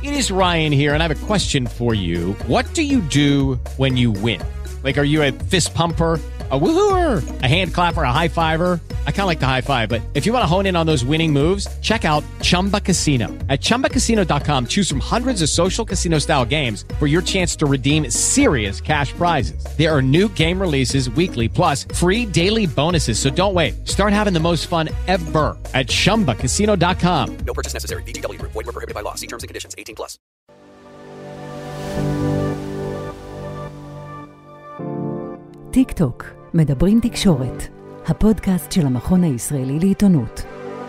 It is Ryan here, and I have a question for you. What do you do when you win? Like, are you a fist pumper, a woohooer, a hand clapper, a high fiver? I kind of like the high five, but if you want to hone in on those winning moves, check out Chumba Casino. At ChumbaCasino.com, choose from hundreds of social casino-style games for your chance to redeem serious cash prizes. There are new game releases weekly, plus free daily bonuses, so don't wait. Start having the most fun ever at ChumbaCasino.com. No purchase necessary. VGW Group. Void where prohibited by law. See terms and conditions. 18 plus. טיק טוק, מדברים תקשורת, הפודקאסט של המכון הישראלי לעיתונות.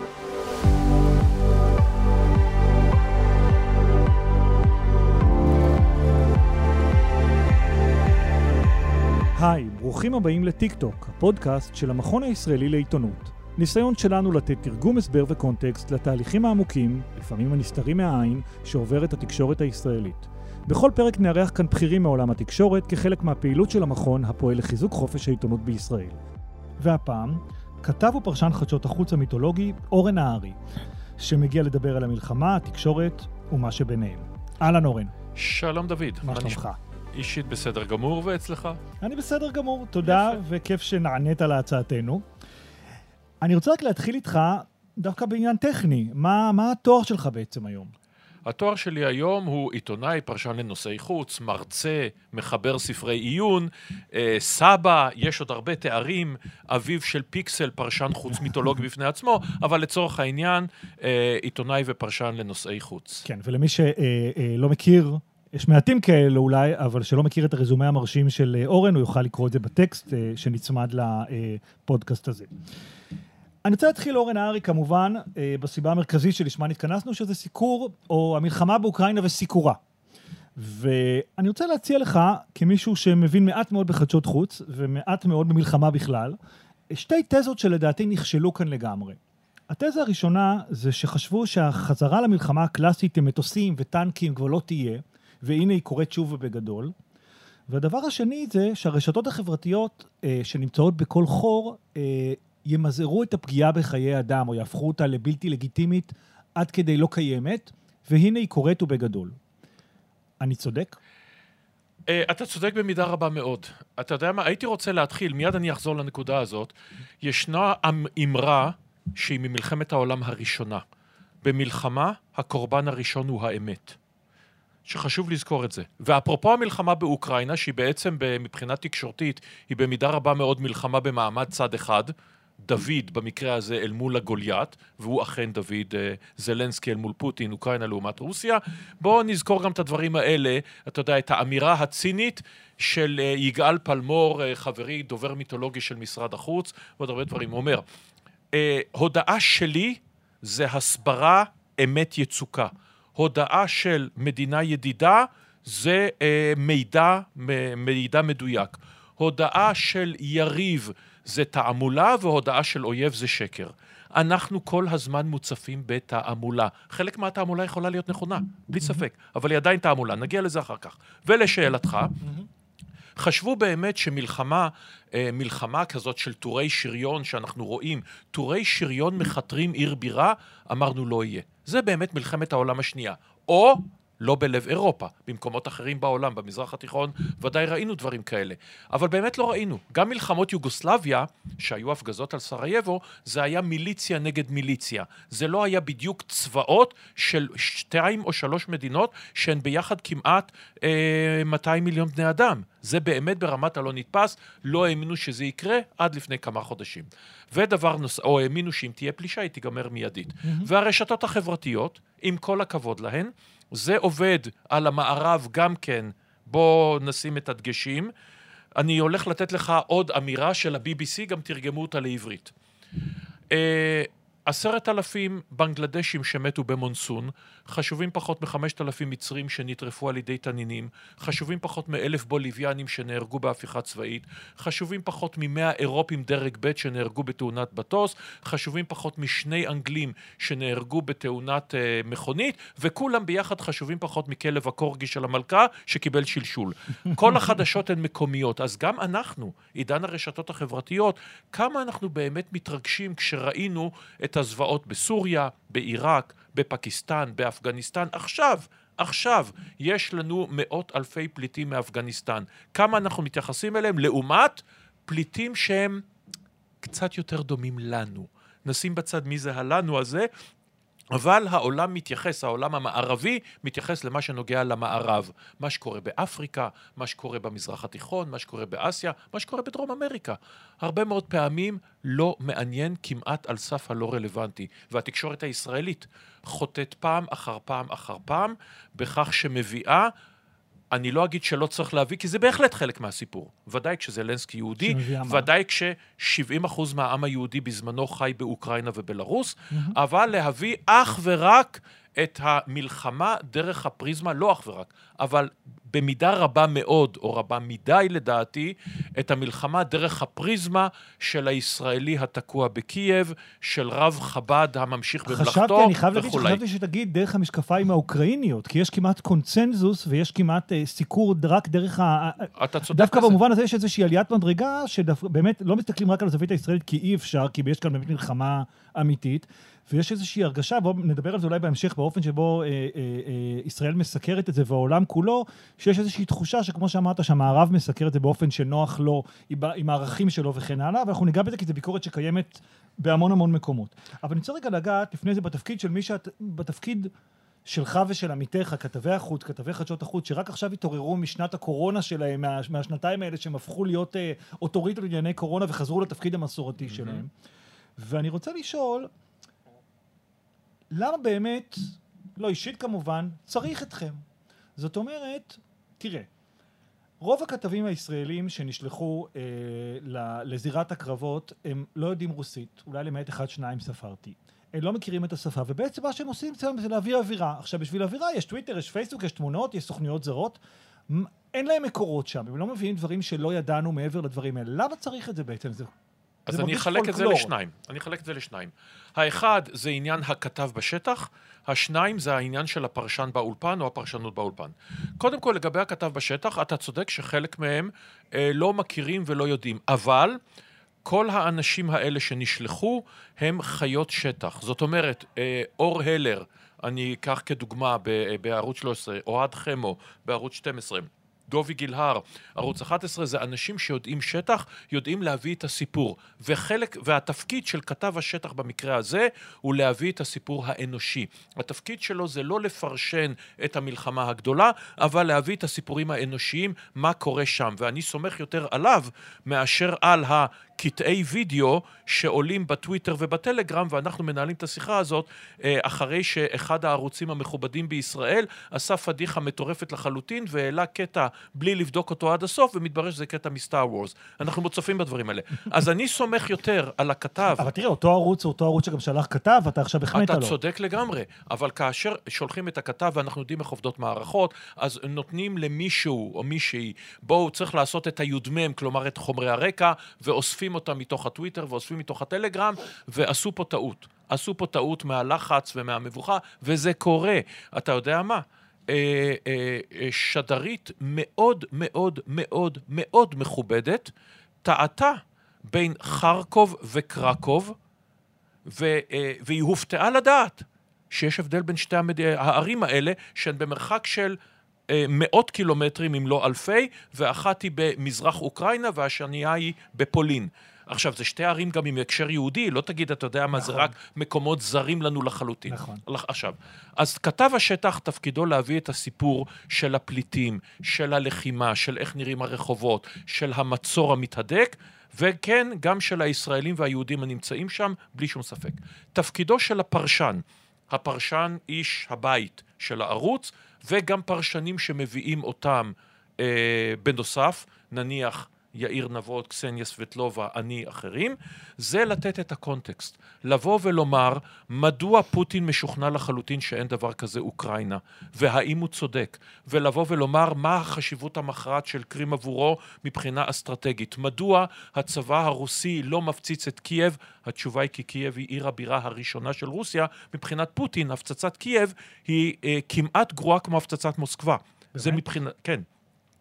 היי, ברוכים הבאים לטיק טוק, הפודקאסט של המכון הישראלי לעיתונות. ניסיון שלנו לתת תרגום, הסבר וקונטקסט לתהליכים העמוקים, לפעמים הנסתרים מהעין, שעוברת התקשורת הישראלית. בכל פרק נארח כאן בכירים מעולם התקשורת כחלק מהפעילות של המכון הפועל לחיזוק חופש העיתונות בישראל. והפעם, כתב ופרשן חדשות החוץ המיתולוגי אורן נהרי, שמגיע לדבר על המלחמה, התקשורת ומה שביניהם. אהלן אורן. שלום דוד. מה שלומך? אישית בסדר גמור, ואצלך? אני בסדר גמור, תודה וכיף שנענית להצעתנו. אני רוצה רק להתחיל איתך דווקא בעניין טכני. מה התואר שלך בעצם היום? התואר שלי היום הוא עיתונאי, פרשן לנושאי חוץ, מרצה, מחבר ספרי עיון, סבא, יש עוד הרבה תארים, אביו של פיקסל, פרשן חוץ מיתולוגי בפני עצמו, אבל לצורך העניין, עיתונאי ופרשן לנושאי חוץ. כן, ולמי שלא מכיר, יש מעטים כאלה אולי, אבל שלא מכיר את הרזומה המרשים של אורן, הוא יוכל לקרוא את זה בטקסט שנצמד לפודקאסט הזה. אני רוצה להתחיל אורן נהרי כמובן, בסיבה המרכזית שלשמה נתכנסנו, שזה סיקור, או המלחמה באוקראינה וסיקורה. ואני רוצה להציע לך, כמישהו שמבין מעט מאוד בחדשות חוץ, ומעט מאוד במלחמה בכלל, שתי תזות שלדעתי נכשלו כאן לגמרי. התזה הראשונה זה שחשבו שהחזרה למלחמה הקלאסית עם מטוסים וטנקים כבר לא תהיה, והנה היא קורית שוב ובגדול. והדבר השני זה שהרשתות החברתיות שנמצאות בכל חור, ימזערו את הפגיעה בחיי אדם, או יהפכו אותה לבלתי לגיטימית, עד כדי לא קיימת, והנה היא קורית ובגדול. אני צודק? אתה צודק במידה רבה מאוד. אתה יודע מה? הייתי רוצה להתחיל, מיד אני אחזור לנקודה הזאת. ישנה אמרה שהיא ממלחמת העולם הראשונה. במלחמה, הקורבן הראשון הוא האמת. שחשוב לזכור את זה. ואפרופו המלחמה באוקראינה, שהיא בעצם מבחינה תקשורתית, היא במידה רבה מאוד מלחמה במעמד צד אחד, דוד במקרה הזה אל מול הגוליית, והוא אכן דוד זלנסקי אל מול פוטין, אוקראינה לעומת רוסיה. בואו נזכור גם את הדברים האלה, אתה יודע, את האמירה הצינית של יגאל פלמור, חברי דובר מיתולוגי של משרד החוץ, ועוד הרבה דברים. הוא אומר, הודעה שלי זה הסברה אמת יצוקה. הודעה של מדינה ידידה זה מידע מדויק. הודעה של יריב זה תעמולה, והודעה של אויב זה שקר. אנחנו כל הזמן מוצפים בתעמולה. חלק מהתעמולה יכולה להיות נכונה, בלי ספק, אבל היא עדיין תעמולה. נגיע לזה אחר כך. ולשאלתך, חשבו באמת מלחמה כזאת של טורי שריון שאנחנו רואים, טורי שריון מחתרים עיר בירה, אמרנו לא יהיה. זה באמת מלחמת העולם השנייה. או לא בלב אירופה, במקומות אחרים בעולם, במזרח התיכון, ודאי ראינו דברים כאלה. אבל באמת לא ראינו. גם מלחמות יוגוסלביה, שהיו הפגזות על סרייבו, זה היה מיליציה נגד מיליציה. זה לא היה בדיוק צבאות של 2 או 3 מדינות, שהן ביחד כמעט 200 מיליון בני אדם. זה באמת ברמת הלא נתפס, לא האמינו שזה יקרה עד לפני כמה חודשים. ודבר נוסף, או האמינו שאם תהיה פלישה, היא תיגמר מיידית. והרשתות החברתיות, עם כל הכבוד להן, זה עובד על המערב גם כן, בוא נשים את הדגשים. אני הולך לתת לך עוד אמירה של ה-BBC, גם תרגמו אותה לעברית. 10,000 בנגלדשים שמתו במונסון, חשובים פחות מ-5,000 מצרים שנטרפו על ידי תנינים, חשובים פחות מ1,000 בוליביאנים שנהרגו בהפיכה צבאית, חשובים פחות מ100 אירופים דרג ב' שנהרגו בתאונת מטוס, חשובים פחות מ2 אנגלים שנהרגו בתאונת מכונית, וכולם ביחד חשובים פחות מכלב הקורגי של המלכה שקיבל שלשול. כל החדשות הן מקומיות, אז גם אנחנו, עידן הרשתות החברתיות, כמה אנחנו באמת מתרגשים כשראינו את הזוועות בסוריה, בעיראק, בפקיסטן, באפגניסטן, עכשיו, עכשיו יש לנו מאות אלפי פליטים מאפגניסטן. כמה אנחנו מתייחסים אליהם? לעומת פליטים שהם קצת יותר דומים לנו. נשים בצד מי זה הלנו הזה, אבל העולם מתייחס, העולם המערבי מתייחס למה שנוגע למערב. מה שקורה באפריקה, מה שקורה במזרח התיכון, מה שקורה באסיה, מה שקורה בדרום אמריקה. הרבה מאוד פעמים לא מעניין כמעט על סף הלא רלוונטי. והתקשורת הישראלית חוטאת פעם אחר פעם אחר פעם, בכך שמביאה, אני לא אגיד שלא צריך להביא, כי זה בהחלט חלק מהסיפור. ודאי כשזלנסקי יהודי, ודאי כש70% מהעם היהודי בזמנו חי באוקראינה ובלרוס, אבל להביא אך ורק את המלחמה דרך הפריזמה, לא אך ורק, אבל במידה רבה מאוד, או רבה מדי לדעתי, את המלחמה דרך הפריזמה של הישראלי התקוע בקייב, של רב חב"ד הממשיך במלאכתו, אני חייב להגיד שחשבתי שתגיד דרך המשקפיים האוקראיניות, כי יש כמעט קונצנזוס ויש כמעט סיקור רק דרך דווקא במובן הזה יש איזושהי עליית מדרגה, שבאמת לא מסתכלים רק על הזווית הישראלית כי אי אפשר, כי יש כאן באמת מלחמה אמיתית, ויש איזושהי הרגשה, בואו נדבר על זה אולי בהמשך, באופן שבו ישראל מסקרת את זה, והעולם כולו, שיש איזושהי תחושה שכמו שאמרת, שהמערב מסקר את זה באופן שנוח לו, עם הערכים שלו וכן הלאה, ואנחנו ניגע בזה כי זו ביקורת שקיימת בהמון המון מקומות. אבל אני רוצה רגע לגעת, לפני זה בתפקיד של מי בתפקיד שלך ושל עמיתך, כתבי החוץ, כתבי חדשות החוץ, שרק עכשיו התעוררו משנת הקורונה שלהם, מהשנתיים האלה שהם הפכו להיות אוטוריטות לענייני קורונה וחזרו לתפקיד המסורתי שלהם. ואני רוצה לשאול, למה באמת, לא אישית כמובן, צריך אתכם? זאת אומרת, תראה, רוב הכתבים הישראלים שנשלחו לזירת הקרבות, הם לא יודעים רוסית, אולי למעט 1-2 ספרתי. הם לא מכירים את השפה, ובעצם מה שהם עושים זה להביא אווירה. עכשיו, בשביל אווירה יש טוויטר, יש פייסבוק, יש תמונות, יש סוכניות זרות. אין להם מקורות שם, הם לא מביאים דברים שלא ידענו מעבר לדברים האלה. למה צריך את זה בעצם? אז אני אחלק את זה לשניים. האחד זה עניין הכתב בשטח, השניים זה העניין של הפרשן באולפן או הפרשנות באולפן. קודם כל, לגבי הכתב בשטח, אתה צודק שחלק מהם לא מכירים ולא יודעים, אבל כל האנשים האלה שנשלחו הם חיות שטח. זאת אומרת, אור הלר, אני אקח כדוגמה בערוץ 13, אוהד חמו בערוץ 12, דובי גילהר, ערוץ 11, זה אנשים שיודעים שטח, יודעים להביא את הסיפור. והתפקיד של כתב השטח במקרה הזה, הוא להביא את הסיפור האנושי. התפקיד שלו זה לא לפרשן את המלחמה הגדולה, אבל להביא את הסיפורים האנושיים, מה קורה שם. ואני סומך יותר עליו, מאשר על קטעי וידאו שעולים בטוויטר ובטלגרם, ואנחנו מנהלים את השיחה הזאת אחרי שאחד הערוצים המכובדים בישראל עשה פדיחה מטורפת לחלוטין, והעלה קטע בלי לבדוק אותו עד הסוף, ומתברר שזה קטע מסטאר וורס. אנחנו מוצפים בדברים האלה. אז אני סומך יותר על הכתב. אבל תראה, אותו ערוץ שגם שלח כתב, אתה עכשיו החמאת לו. אתה צודק לגמרי, אבל כאשר שולחים את הכתב, ואנחנו יודעים איך עובדות מערכות, אז נותנים למישהו או מישהי, בואו צריך לעשות את היודמם, כלומר את חומרי הרקע, ואוספים אותם מתוך הטוויטר, ואוספים מתוך הטלגרם, ועשו פה טעות. עשו פה טעות מהלחץ ומהמבוכה, וזה קורה. אתה יודע מה? שדרית מאוד מאוד מאוד מאוד מכובדת, טעתה בין חרקוב וקרקוב, והיא הופתעה לדעת שיש הבדל בין שתי הערים האלה, שהן במרחק של מאות קילומטרים, אם לא אלפי, ואחת היא במזרח אוקראינה, והשנייה היא בפולין. עכשיו, זה שתי ערים גם עם הקשר יהודי, לא תגיד, אתה יודע מה, זה רק מקומות זרים לנו לחלוטין. נכון. עכשיו, אז כתב השטח תפקידו להביא את הסיפור של הפליטים, של הלחימה, של איך נראים הרחובות, של המצור המתהדק, וכן, גם של הישראלים והיהודים הנמצאים שם, בלי שום ספק. תפקידו של הפרשן איש הבית של הערוץ, וגם פרשנים שמביאים אותם בנוסף, נניח יאיר נבות, קסניה סבטלובה, אני, אחרים, זה לתת את הקונטקסט. לבוא ולומר, מדוע פוטין משוכנע לחלוטין שאין דבר כזה אוקראינה, והאם הוא צודק, ולבוא ולומר מה החשיבות המכרעת של קרים עבורו מבחינה אסטרטגית. מדוע הצבא הרוסי לא מפציץ את קייב? התשובה היא כי קייב היא עיר הבירה הראשונה של רוסיה, מבחינת פוטין, הפצצת קייב היא כמעט גרועה כמו הפצצת מוסקבה. זה מבחינת, כן.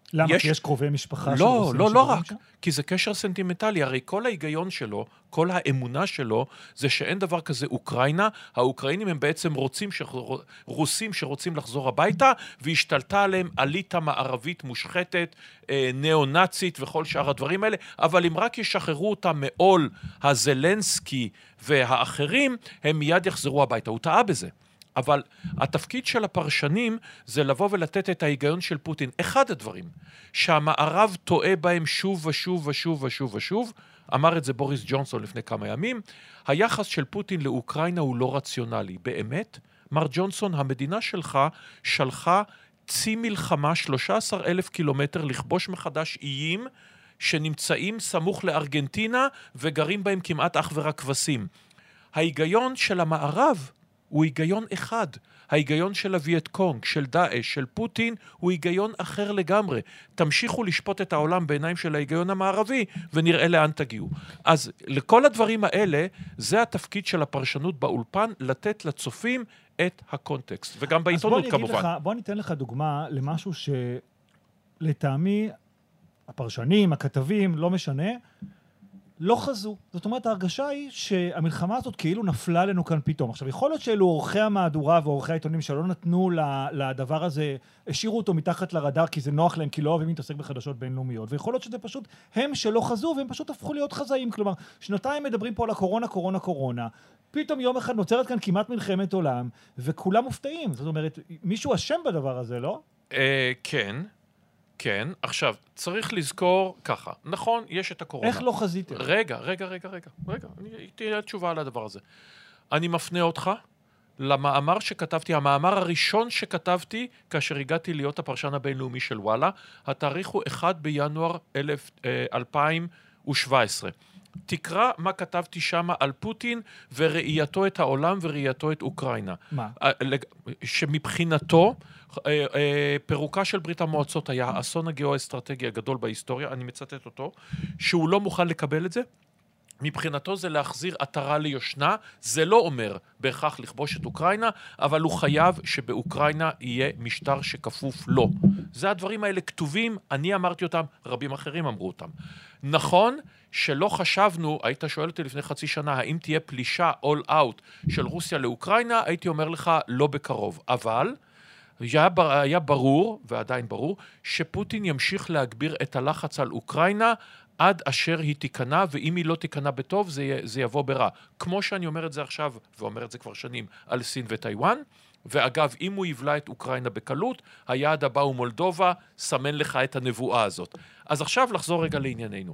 למה? כי יש קרובי משפחה לא, לא רק, כי זה קשר סנטימנטלי, הרי כל ההיגיון שלו, כל האמונה שלו, זה שאין דבר כזה אוקראינה, האוקראינים הם בעצם רוסים שרוצים לחזור הביתה, והשתלטה עליהם אליטה מערבית מושחתת, ניאו-נאצית וכל שאר הדברים האלה, אבל אם רק ישחררו אותם מעול הזלנסקי והאחרים, הם מיד יחזרו הביתה. הוא טעה בזה. אבל התפקיד של הפרשנים זה לבוא ולתת את ההיגיון של פוטין. אחד הדברים שהמערב טועה בהם שוב ושוב ושוב ושוב ושוב, אמר את זה בוריס ג'ונסון לפני כמה ימים, היחס של פוטין לאוקראינה הוא לא רציונלי. באמת, מר ג'ונסון, המדינה שלך שלחה צי מלחמה 13,000 קילומטר לכבוש מחדש איים שנמצאים סמוך לארגנטינה וגרים בהם כמעט אך ורק כבשים. ההיגיון של המערב הוא היגיון אחד. ההיגיון של הווייט קונג, של דאעש, של פוטין, הוא היגיון אחר לגמרי. תמשיכו לשפוט את העולם בעיניים של ההיגיון המערבי, ונראה לאן תגיעו. אז לכל הדברים האלה, זה התפקיד של הפרשנות באולפן, לתת לצופים את הקונטקסט. וגם בעיתונות כמובן. בוא ניתן לך דוגמה למשהו שלטעמי, הפרשנים, הכתבים, לא משנה, לא חזו. זאת אומרת, ההרגשה היא שהמלחמה הזאת כאילו נפלה לנו כאן פתאום. עכשיו, יכול להיות שאלו עורכי המהדורה ועורכי העיתונים שלא נתנו לדבר הזה, השאירו אותו מתחת לרדאר כי זה נוח להם, כי לא אוהבים להתעסק בחדשות בינלאומיות, ויכול להיות שזה פשוט הם שלא חזו, והם פשוט הפכו להיות חזאים. כלומר, שנתיים מדברים פה על הקורונה, קורונה, קורונה. פתאום יום אחד נוצרת כאן כמעט מלחמת עולם, וכולם מופתעים. זאת אומרת, מישהו אשם בדבר הזה, לא? כן. כן, עכשיו, צריך לזכור ככה, נכון, יש את הקורונה. איך לא חזיתם? רגע, אני תהיה תשובה על הדבר הזה. אני מפנה אותך למאמר שכתבתי, המאמר הראשון שכתבתי כאשר הגעתי להיות הפרשן הבינלאומי של וואלה, התאריך הוא 1 בינואר 2017. תקרא מה כתבתי שם על פוטין וראייתו את העולם וראייתו את אוקראינה. מה? שמבחינתו, פירוקה של ברית המועצות היה האסון הגיאו-אסטרטגי הגדול בהיסטוריה, אני מצטט אותו, שהוא לא מוכן לקבל את זה. מבחינתו זה להחזיר עטרה ליושנה, זה לא אומר בהכרח לכבוש את אוקראינה, אבל הוא חייב שבאוקראינה יהיה משטר שכפוף לו. זה הדברים האלה כתובים, אני אמרתי אותם, רבים אחרים אמרו אותם. נכון שלא חשבנו, היית שואל אותי לפני חצי שנה, האם תהיה פלישה all out של רוסיה לאוקראינה, הייתי אומר לך לא בקרוב, אבל היה ברור, ועדיין ברור, שפוטין ימשיך להגביר את הלחץ על אוקראינה, עד אשר היא תיכנע, ואם היא לא תיכנע בטוב, זה יבוא ברע. כמו שאני אומר את זה עכשיו, ואומר את זה כבר שנים, על סין וטיואן, ואגב, אם הוא יבלע את אוקראינה בקלות, היעד הבא הוא מולדובה, סמן לך את הנבואה הזאת. אז עכשיו לחזור רגע לענייננו.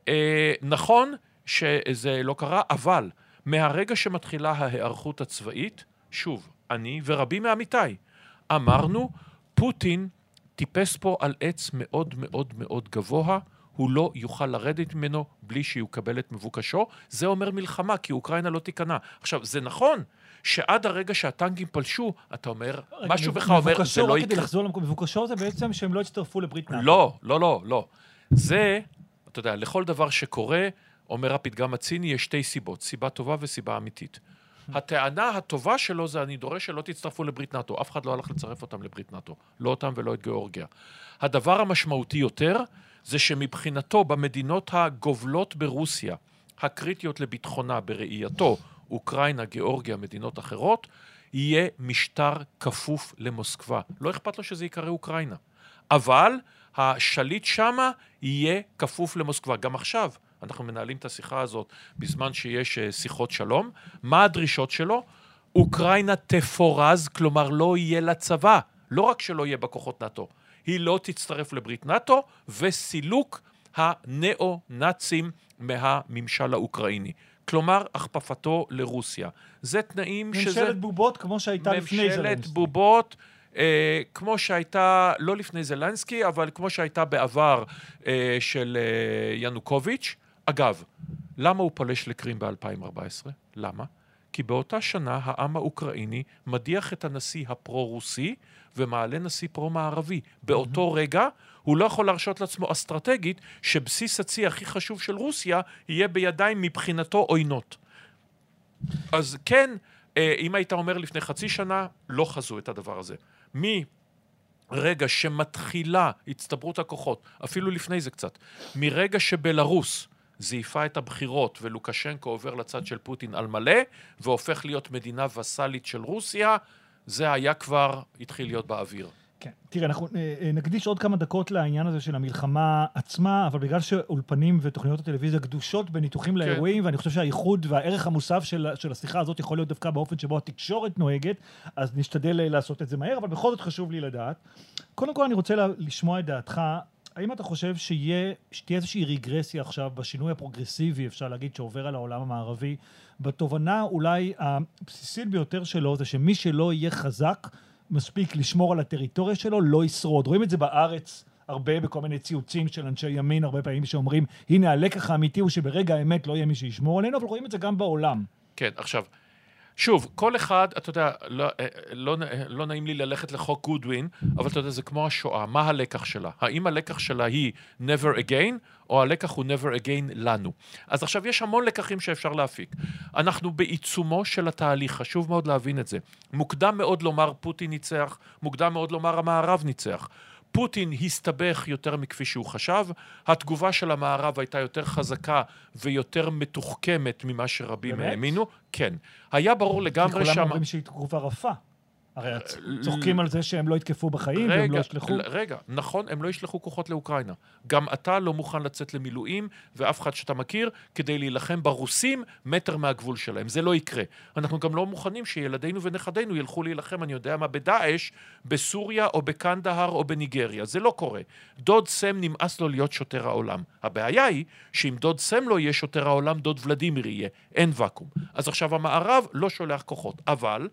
נכון שזה לא קרה, אבל מהרגע שמתחילה ההיערכות הצבאית, שוב, אני ורבים מעמיתיי, אמרנו, פוטין טיפס פה על עץ מאוד מאוד מאוד גבוה, הוא לא יוכל לרדת ממנו בלי שיקבל את מבוקשו. זה אומר מלחמה, כי אוקראינה לא תיכנע. עכשיו, זה נכון שעד הרגע שהטנקים פלשו, אתה אומר, משהו בך אומר, זה לא יקרה. מבוקשו זה בעצם שהם לא יצטרפו לברית נאט"ו. לא. זה, אתה יודע, לכל דבר שקורה, אומר הפתגם הציני, יש שתי סיבות, סיבה טובה וסיבה אמיתית. הטענה הטובה שלו זה, אני דורש שלא תצטרפו לברית נאט"ו. אף אחד לא הלך לצרף אותם לברית נאט"ו. לא אותם ולא את גיאורגיה. הדבר המשמעותי יותר, זה שמבחינתו במדינות הגובלות ברוסיה, הקריטיות לביטחונה בראייתו, אוקראינה, גיאורגיה, מדינות אחרות, יהיה משטר כפוף למוסקבה. לא אכפת לו שזה יקרא אוקראינה. אבל השליט שמה יהיה כפוף למוסקבה. גם עכשיו אנחנו מנהלים את השיחה הזאת בזמן שיש שיחות שלום. מה הדרישות שלו? אוקראינה תפורז, כלומר לא יהיה לה צבא. לא רק שלא יהיה בכוחות נאט"ו. היא לא תצטרף לברית נאט"ו, וסילוק הנאו-נאצים מהממשל האוקראיני. כלומר, הכפפתו לרוסיה. זה תנאים שזה... ממשלת בובות כמו שהייתה לפני זלנסקי. ממשלת בובות, כמו שהייתה, לא לפני זלנסקי, אבל כמו שהייתה בעבר של ינוקוביץ'. אגב, למה הוא פולש לקרים ב-2014? למה? כי באותה שנה העם האוקראיני מדיח את הנשיא הפרו-רוסי ומעלה נשיא פרו-מערבי. באותו רגע הוא לא יכול להרשות לעצמו אסטרטגית שבסיס הצי הכי חשוב של רוסיה יהיה בידיים מבחינתו עוינות. אז כן, אם היית אומר לפני חצי שנה, לא חזו את הדבר הזה. רגע שמתחילה הצטברות הכוחות, אפילו לפני זה קצת, מרגע שבלרוס זייפה את הבחירות ולוקשנקו עובר לצד של פוטין על מלא, והופך להיות מדינה וסלית של רוסיה, זה היה כבר, התחיל להיות באוויר. כן. תראה, אנחנו נקדיש עוד כמה דקות לעניין הזה של המלחמה עצמה, אבל בגלל שאולפנים ותוכניות הטלוויזיה גדושות בניתוחים לאירועים, ואני חושב שהייחוד והערך המוסף של השיחה הזאת יכול להיות דווקא באופן שבו התקשורת נוהגת, אז נשתדל לעשות את זה מהר, אבל בכל זאת חשוב לי לדעת. קודם כל אני רוצה לשמוע את דעתך, האם אתה חושב שתהיה איזושהי רגרסיה עכשיו בשינוי הפרוגרסיבי, אפשר להגיד, שעובר על העולם המערבי, בתובנה אולי הבסיסית ביותר שלו, זה שמי שלא יהיה חזק, מספיק לשמור על הטריטוריה שלו, לא ישרוד. רואים את זה בארץ הרבה בכל מיני ציוצים של אנשי ימין, הרבה פעמים שאומרים, הנה הלקח האמיתי הוא שברגע האמת לא יהיה מי שישמור עלינו, אבל רואים את זה גם בעולם. כן, עכשיו, שוב, כל אחד, אתה יודע, לא נעים לי ללכת לחוק גודווין, אבל אתה יודע, זה כמו השואה. מה הלקח שלה? האם הלקח שלה היא never again, או הלקח הוא never again לנו? אז עכשיו יש המון לקחים שאפשר להפיק. אנחנו בעיצומו של התהליך, חשוב מאוד להבין את זה. מוקדם מאוד לומר פוטין ניצח, מוקדם מאוד לומר המערב ניצח. פוטין הסתבך יותר מכפי שהוא חשב, התגובה של המערב הייתה יותר חזקה ויותר מתוחכמת ממה שרבים האמינו. כן. היה ברור לגמרי כולם אומרים שהיא תגובה רפה. הרי צוחקים על זה שהם לא יתקפו בחיים והם לא ישלחו. רגע, נכון, הם לא ישלחו כוחות לאוקראינה. גם אתה לא מוכן לצאת למילואים, ואף אחד שאתה מכיר, כדי להילחם ברוסים מטר מהגבול שלהם. זה לא יקרה. אנחנו גם לא מוכנים שילדינו ונכדינו ילכו להילחם, אני יודע מה, בדאעש, בסוריה או בקנדהר או בניגריה. זה לא קורה. דוד סם נמאס לו להיות שוטר העולם. הבעיה היא שאם דוד סם לא יהיה שוטר העולם, דוד ולדימיר יהיה. אין וקום. אז עכשיו המערב לא שולח כוחות.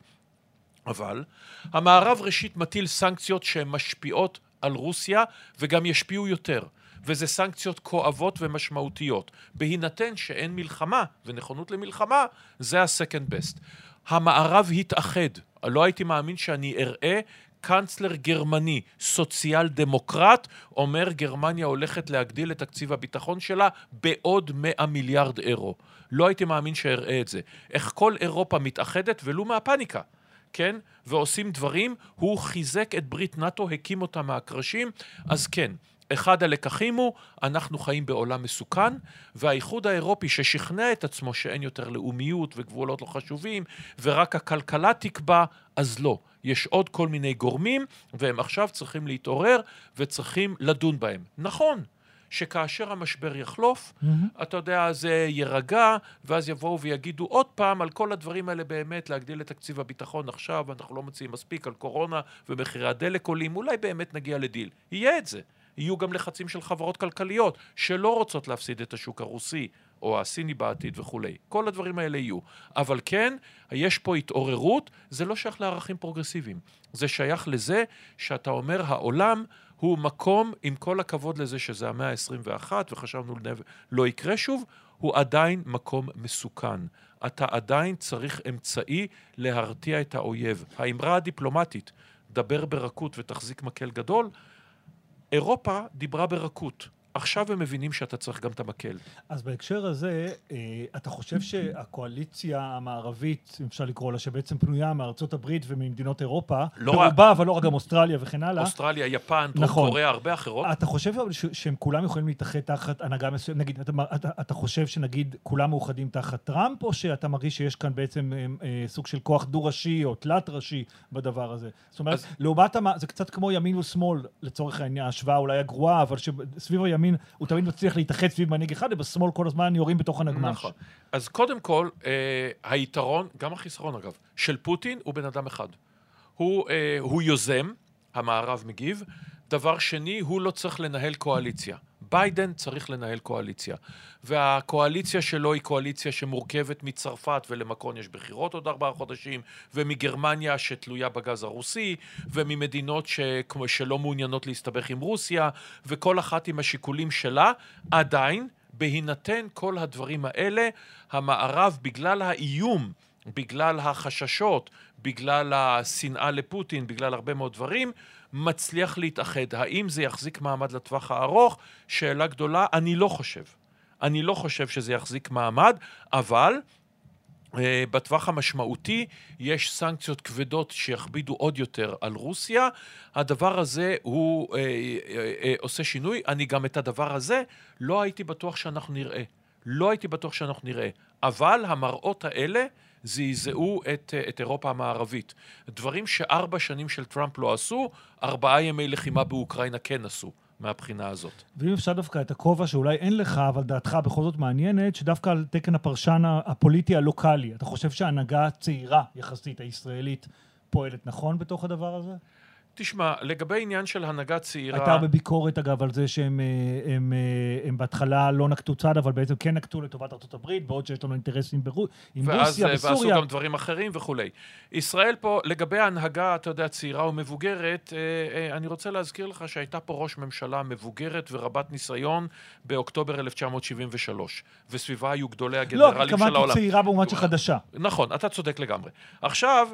אבל המערב ראשית מטיל סנקציות שהן משפיעות על רוסיה וגם ישפיעו יותר. וזה סנקציות כואבות ומשמעותיות. בהינתן שאין מלחמה ונכונות למלחמה, זה ה-second best. המערב התאחד. לא הייתי מאמין שאני אראה קנצלר גרמני, סוציאל דמוקרט, אומר גרמניה הולכת להגדיל את תקציב הביטחון שלה בעוד 100 מיליארד אירו. לא הייתי מאמין שאראה את זה. איך כל אירופה מתאחדת ולו מהפניקה. כן? ועושים דברים, הוא חיזק את ברית נאטו, הקים אותה מהקרשים, אז כן, אחד הלקחים הוא, אנחנו חיים בעולם מסוכן, והאיחוד האירופי ששכנע את עצמו שאין יותר לאומיות וגבולות לא חשובים, ורק הכלכלה תקבע, אז לא. יש עוד כל מיני גורמים, והם עכשיו צריכים להתעורר, וצריכים לדון בהם. נכון. שכאשר המשבר יחלוף, אתה יודע, זה ירגע, ואז יבואו ויגידו עוד פעם על כל הדברים האלה באמת, להגדיל את תקציב הביטחון עכשיו, אנחנו לא מציעים מספיק על קורונה, ומחירי הדלק עולים, אולי באמת נגיע לדיל. יהיה את זה. יהיו גם לחצים של חברות כלכליות, שלא רוצות להפסיד את השוק הרוסי, או הסיני בעתיד וכו'. כל הדברים האלה יהיו. אבל כן, יש פה התעוררות, זה לא שייך לערכים פרוגרסיביים. זה שייך לזה שאתה אומר, העולם הוא מקום, עם כל הכבוד לזה שזה המאה ה-21, וחשבנו לא יקרה שוב, הוא עדיין מקום מסוכן. אתה עדיין צריך אמצעי להרתיע את האויב. האמרה הדיפלומטית, דבר ברכות ותחזיק מקל גדול, אירופה דיברה ברכות. עכשיו הם מבינים שאתה צריך גם את המקל. אז בהקשר הזה, אתה חושב שהקואליציה המערבית, אם אפשר לקרוא לה, שבעצם פנויה מארצות הברית וממדינות אירופה, ברובה, אבל לא רק גם אוסטרליה וכן הלאה. אוסטרליה, יפן, דרום קוריאה, הרבה אחרות. אתה חושב שהם כולם יכולים להתאחד תחת הנהגה מסוימת? נגיד, אתה חושב שנגיד כולם מאוחדים תחת טראמפ, או שאתה מרגיש שיש כאן בעצם סוג של כוח דו-ראשי או תלת-ראשי בדבר הזה? זאת אומרת, לעומת, זה קצת כמו ימין ושמאל, לצורך העניין, ההשוואה אולי הגרועה, אבל סביב הימין הוא תמיד מצליח להתאחד סביב מנהיג אחד, ובשמאל כל הזמן יורים בתוך הנגמש. נכון. אז קודם כל, היתרון, גם החיסרון אגב, של פוטין הוא בן אדם אחד. הוא יוזם, המערב מגיב. דבר שני, הוא לא צריך לנהל קואליציה. ביידן צריך לנהל קואליציה. והקואליציה שלו היא קואליציה שמורכבת מצרפת, ולמקרון יש בחירות עוד 4 חודשים, ומגרמניה שתלויה בגז הרוסי, וממדינות שלא מעוניינות להסתבך עם רוסיה, וכל אחת עם השיקולים שלה. עדיין, בהינתן כל הדברים האלה, המערב בגלל האיום, בגלל החששות, בגלל השנאה לפוטין, בגלל הרבה מאוד דברים, מצליח להתאחד. האם זה יחזיק מעמד לטווח הארוך? שאלה גדולה, אני לא חושב שזה יחזיק מעמד, אבל בטווח המשמעותי יש סנקציות כבדות שיכבידו עוד יותר על רוסיה. הדבר הזה הוא עושה שינוי. אני גם את הדבר הזה לא הייתי בטוח שאנחנו נראה. אבל המראות האלה זעזעו את אירופה המערבית. דברים ש4 שנים של טראמפ לא עשו, 4 ימי לחימה באוקראינה כן עשו. מהבחינה הזאת. ואם אפשר דווקא את הכובע שאולי אין לך, אבל דעתך בכל זאת מעניינת, שדווקא על תקן הפרשן הפוליטי הלוקלי, אתה חושב שההנהגה הצעירה יחסית הישראלית פועלת נכון בתוך הדבר הזה? תשמע, לגבי עניין של הנהגה צעירה... הייתה בביקורת אגב על זה שהם בהתחלה לא נקטו צד, אבל בעצם כן נקטו לטובת ארצות הברית, בעוד שיש לנו אינטרסים עם רוסיה וסוריה. ועשו גם דברים אחרים וכו'. ישראל פה, לגבי ההנהגה, אתה יודע, צעירה ומבוגרת, אני רוצה להזכיר לך שהייתה פה ראש ממשלה מבוגרת ורבת ניסיון באוקטובר 1973, וסביבה היו גדולי הגנרלים של העולם. לא, כמובן צעירה במובן שחדשה. נכון, אתה צודק לגמרי. עכשיו...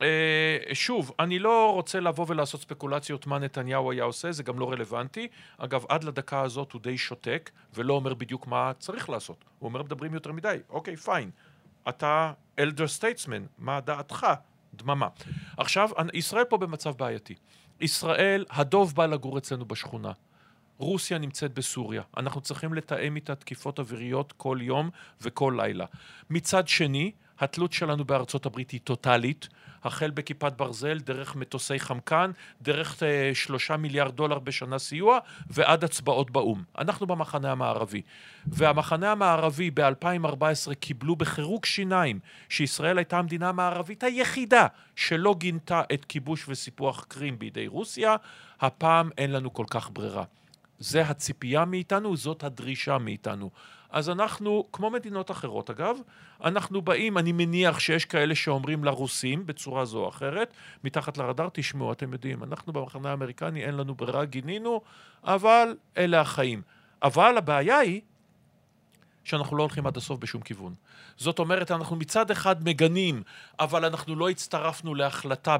שוב, אני לא רוצה לבוא ולעשות ספקולציות מה נתניהו היה עושה, זה גם לא רלוונטי. אגב, עד לדקה הזאת הוא די שותק, ולא אומר בדיוק מה צריך לעשות. הוא אומר, מדברים יותר מדי. אוקיי, פיין. אתה elder statesman, מה דעתך? דממה. עכשיו, ישראל פה במצב בעייתי. ישראל, הדוב בא לגור אצלנו בשכונה. רוסיה נמצאת בסוריה. אנחנו צריכים לתאם איתה תקיפות אוויריות כל יום וכל לילה. מצד שני, התלות שלנו בארצות הברית היא טוטלית, החל בכיפת ברזל, דרך מטוסי חמקן, דרך 3 מיליארד דולר בשנה סיוע, ועד הצבעות באום. אנחנו במחנה המערבי. והמחנה המערבי ב-2014 קיבלו בחירוק שיניים, שישראל הייתה המדינה המערבית היחידה שלא גינתה את כיבוש וסיפוח קרים בידי רוסיה. הפעם אין לנו כל כך ברירה. זה הציפייה מאיתנו, זאת הדרישה מאיתנו. אז אנחנו, כמו מדינות אחרות אגב, אנחנו באים, אני מניח שיש כאלה שאומרים לרוסים בצורה זו או אחרת, מתחת לרדאר, תשמעו, אתם יודעים, אנחנו במחנה האמריקני, אין לנו ברירה, גינינו, אבל אלה החיים. אבל הבעיה היא שאנחנו לא הולכים עד הסוף בשום כיוון. זאת אומרת, אנחנו מצד אחד מגנים, אבל אנחנו לא הצטרפנו להחלטה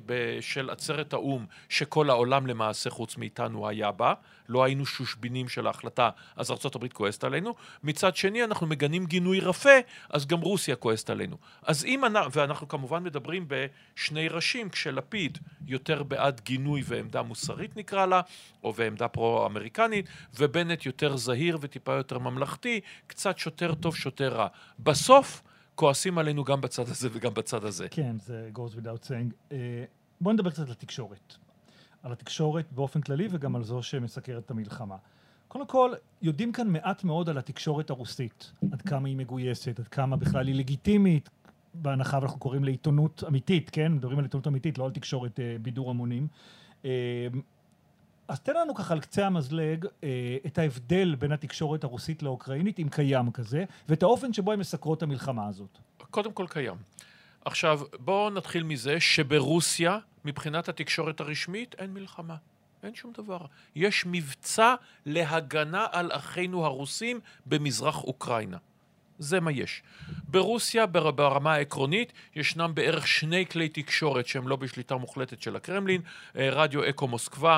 של עצרת האום, שכל העולם למעשה חוץ מאיתנו היה בה, לא היינו שושבינים של ההחלטה, אז ארצות הברית כועסת עלינו. מצד שני, אנחנו מגנים גינוי רפה, אז גם רוסיה כועסת עלינו. אז ואנחנו כמובן מדברים בשני ראשים, כשלפיד יותר בעד גינוי ועמדה מוסרית נקרא לה, או ועמדה פרו-אמריקנית, ובנט יותר זהיר וטיפה יותר ממלכתי, קצת שוטר טוב, שוטר רע. בסוף, כועסים עלינו גם בצד הזה וגם בצד הזה. כן, זה goes without saying. בואו נדבר קצת על התקשורת. על התקשורת באופן כללי וגם על זו שמסקרת את המלחמה. קודם כל, יודעים כאן מעט מאוד על התקשורת הרוסית. עד כמה היא מגויסת, עד כמה בכלל היא לגיטימית, בהנחה ואנחנו קוראים לעיתונות אמיתית, כן? מדברים על עיתונות אמיתית, לא על תקשורת בידור המונים. אז תן לנו ככה על קצה המזלג את ההבדל בין התקשורת הרוסית לאוקראינית, אם קיים כזה, ואת האופן שבו הם מסקרות את המלחמה הזאת. קודם כל קיים. עכשיו, בואו נתחיל מזה שברוסיה, מבחינת התקשורת הרשמית, אין מלחמה. אין שום דבר. יש מבצע להגנה על אחינו הרוסים במזרח אוקראינה. זה מה יש. ברוסיה, ברמה העקרונית, ישנם בערך 2 כלי תקשורת שהם לא בשליטה מוחלטת של הקרמלין, רדיו אקו מוסקבה,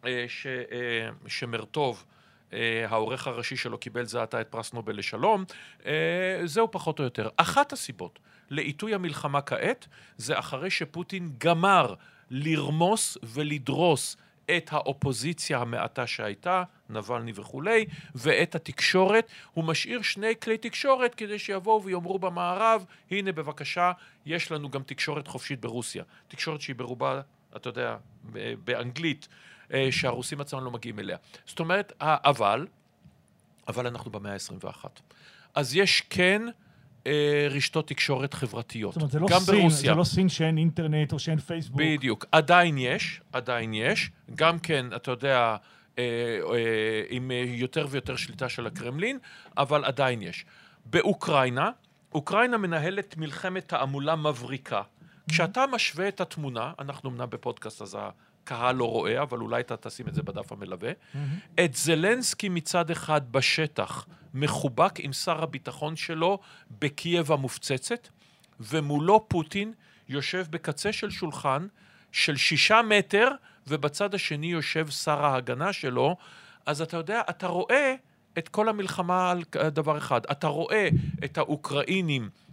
שמרטוב, העורך הראשי שלו קיבל זה עתה את פרס נובל לשלום, זהו פחות או יותר. אחת הסיבות לעיתוי המלחמה כעת, זה אחרי שפוטין גמר לרמוס ולדרוס את האופוזיציה המעטה שהייתה, נבלני וכולי, ואת התקשורת. הוא משאיר 2 כלי תקשורת כדי שיבואו ויאמרו במערב, הנה בבקשה, יש לנו גם תקשורת חופשית ברוסיה. תקשורת שהיא ברובה, אתה יודע, באנגלית, שהרוסים עצמם לא מגיעים אליה. זאת אומרת, אבל אנחנו במאה ה-21. אז יש כן רשתות תקשורת חברתיות. זאת אומרת, גם ברוסיה. זה לא סין שאין אינטרנט או שאין פייסבוק. בדיוק. עדיין יש. גם כן, אתה יודע, עם יותר ויותר שליטה של הקרמלין, אבל עדיין יש. באוקראינה, אוקראינה מנהלת מלחמת תעמולה מבריקה. כשאתה משווה את התמונה, אנחנו אמנם בפודקאסט, אז הקהל לא רואה, אבל אולי אתה תשים את זה בדף המלווה, את זלנסקי מצד אחד בשטח, מחובק עם שר הביטחון שלו בקייב המופצצת, ומולו פוטין יושב בקצה של שולחן של 6 מטר, ובצד השני יושב שר ההגנה שלו. אז אתה יודע, אתה רואה את כל המלחמה על דבר אחד. אתה רואה את האוקראינים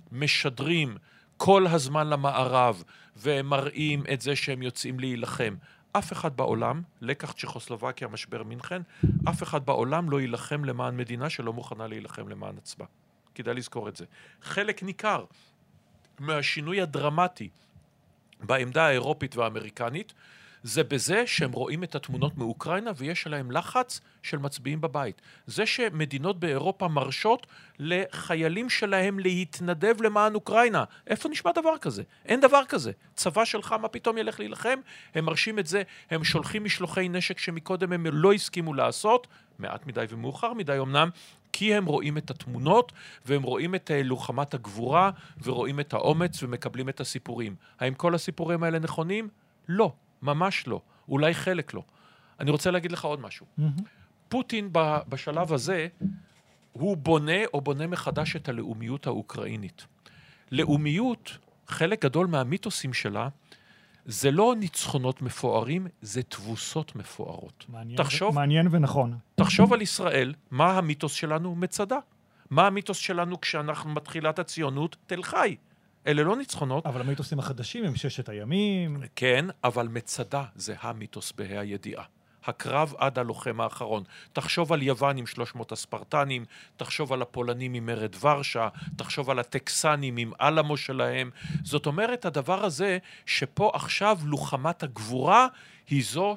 משדרים כל הזמן למערב, ומראים את זה שהם יוצאים להילחם. אף אחד בעולם, לקח צ'כוסלובקיה, משבר מינכן, אף אחד בעולם לא יילחם למען מדינה שלא מוכנה להילחם למען עצמה. כדאי לזכור את זה. חלק ניכר מהשינוי הדרמטי בעמדה האירופית והאמריקנית, זה בזה שהם רואים את התמונות מאוקראינה ויש עליהם לחץ של מצביעים בבית. זה שמדינות באירופה מרשות לחיילים שלהם להתנדב למען אוקראינה. איפה נשמע דבר כזה? אין דבר כזה. צבא שלך, מה פתאום ילך להילחם? הם מרשים את זה, הם שולחים משלוחי נשק שמקודם הם לא הסכימו לעשות, מעט מדי ומאוחר מדי אמנם, כי הם רואים את התמונות, והם רואים את לוחמת הגבורה, ורואים את האומץ, ומקבלים את הסיפורים. האם כל הסיפורים האלה נכונים? לא. ממש לא. אולי חלק לא. אני רוצה להגיד לך עוד משהו. פוטין בשלב הזה, הוא בונה מחדש את הלאומיות האוקראינית. לאומיות, חלק גדול מהמיתוסים שלה, זה לא ניצחונות מפוארים, זה תבוסות מפוארות. מעניין ונכון. תחשוב על ישראל, מה המיתוס שלנו? מצדה. מה המיתוס שלנו כשאנחנו מתחילת הציונות? תל חי. אלה לא ניצחונות. אבל המיתוסים החדשים הם 6 הימים. כן, אבל מצדה זה המיתוס בה"א הידיעה. הקרב עד הלוחם האחרון. תחשוב על יוון עם 300 הספרטנים, תחשוב על הפולנים עם מרד ורשה, תחשוב על הטקסנים עם אלמו שלהם. זאת אומרת, הדבר הזה שפה עכשיו לוחמת הגבורה היא זו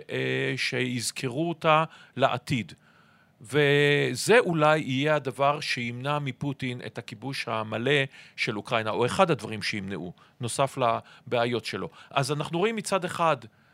שיזכרו אותה לעתיד. וזה אולי יהיה הדבר שימנע מפוטין את הכיבוש המלא של אוקראינה, או אחד הדברים שימנעו, נוסף לבעיות שלו. אז אנחנו רואים מצד אחד,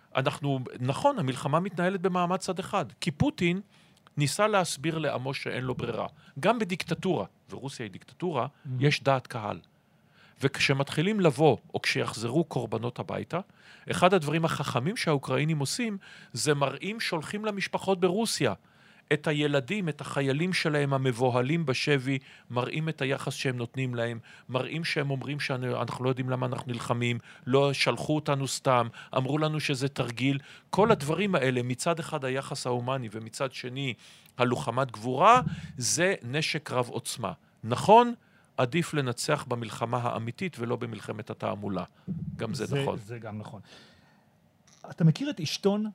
נכון, המלחמה מתנהלת במעמד צד אחד, כי פוטין ניסה להסביר לעמו שאין לו ברירה. גם בדיקטטורה, ורוסיה היא דיקטטורה, יש דעת קהל. וכשמתחילים לבוא, או כשיחזרו קורבנות הביתה, אחד הדברים החכמים שהאוקראינים עושים, זה שולחים למשפחות ברוסיה, את הילדים, את החיילים שלהם המבוהלים בשבי, מראים את היחס שהם נותנים להם, מראים שהם אומרים שאנחנו לא יודעים למה אנחנו נלחמים, לא שלחו אותנו סתם, אמרו לנו שזה תרגיל. כל הדברים האלה, מצד אחד היחס ההומני ומצד שני הלוחמת גבורה, זה נשק רב עוצמה. נכון? עדיף לנצח במלחמה האמיתית ולא במלחמת התעמולה. גם זה נכון. זה גם נכון. אתה מכיר את אשתון?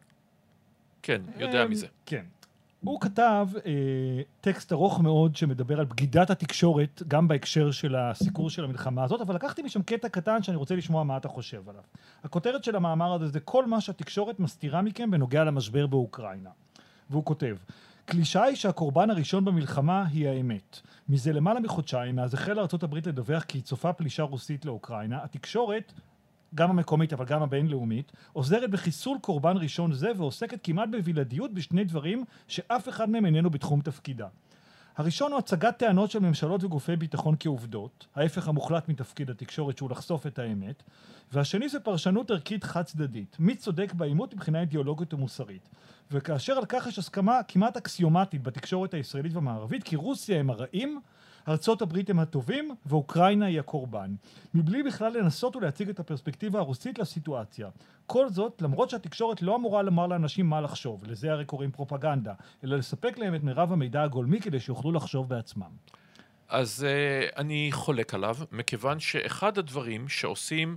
כן, יודע מזה. כן. הוא כתב טקסט ארוך מאוד שמדבר על בגידת התקשורת, גם בהקשר של הסיקור של המלחמה הזאת, אבל לקחתי משם קטע קטן שאני רוצה לשמוע מה אתה חושב עליו. הכותרת של המאמר הזה זה כל מה שהתקשורת מסתירה מכם בנוגע למשבר באוקראינה. והוא כותב, קלישאה היא שהקורבן הראשון במלחמה היא האמת. מזה למעלה מחודשיים, מאז החלה ארצות הברית לדווח כי היא צופה פלישה רוסית לאוקראינה, התקשורת, גם המקומית אבל גם הבינלאומית, עוזרת בחיסול קורבן ראשון זה ועוסקת כמעט בבלעדיות בשני דברים שאף אחד מהם איננו בתחום תפקידה. הראשון הוא הצגת טענות של ממשלות וגופי ביטחון כעובדות, ההפך המוחלט מתפקיד התקשורת שהוא לחשוף את האמת, והשני זה פרשנות ערכית חד צדדית, מי צודק בעימות מבחינה אידיאולוגית ומוסרית. וכאשר על כך יש הסכמה כמעט אקסיומטית בתקשורת הישראלית והמערבית, כי רוסיה הם הרעים, ארצות הברית הם הטובים ואוקראינה היא הקורבן. מבלי בכלל לנסות ולהציג את הפרספקטיבה הרוסית לסיטואציה. כל זאת, למרות שהתקשורת לא אמורה לומר לאנשים מה לחשוב, לזה הרי קוראים פרופגנדה, אלא לספק להם את מרב המידע הגולמי כדי שיוכלו לחשוב בעצמם. אז אני חולק עליו, מכיוון שאחד הדברים שעושים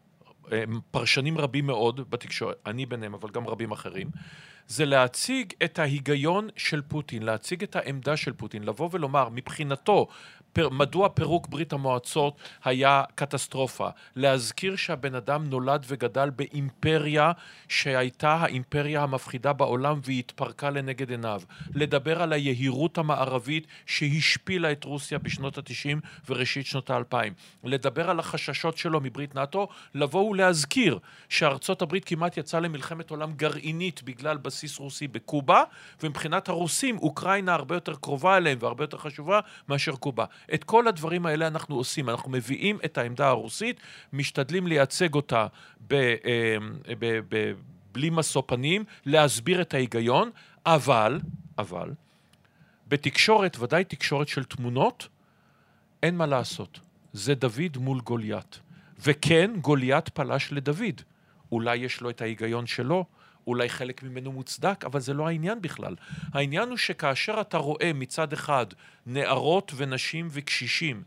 פרשנים רבים מאוד בתקשורת, אני ביניהם, אבל גם רבים אחרים, זה להציג את ההיגיון של פוטין, להציג את העמדה של פוטין, לבוא ולומר, מבחינתו, מדוע פירוק ברית המועצות היה קטסטרופה, להזכיר שהבן אדם נולד וגדל באימפריה שהייתה האימפריה המפחידה בעולם והיא התפרקה לנגד עיניו, לדבר על היהירות המערבית שהשפילה את רוסיה בשנות ה-90 וראשית שנות ה-2000, לדבר על החששות שלו מברית נאטו, לבוא ולהזכיר שארצות הברית כמעט יצאה למלחמת עולם גרעינית בגלל בסיס רוסי בקובה, ומבחינת הרוסים אוקראינה הרבה יותר קרובה אליהם והרבה יותר חשובה מאשר קובה. את כל הדברים האלה אנחנו עושים, אנחנו מביאים את העמדה הרוסית, משתדלים לייצג אותה בלי משוא פנים, להסביר את ההיגיון, אבל, בתקשורת, ודאי תקשורת של תמונות, אין מה לעשות. זה דוד מול גוליית. וכן, גוליית פלש לדוד. אולי יש לו את ההיגיון שלו, אולי חלק ממנו מוצדק, אבל זה לא העניין בכלל. העניין הוא שכאשר אתה רואה מצד אחד נערות ונשים וקשישים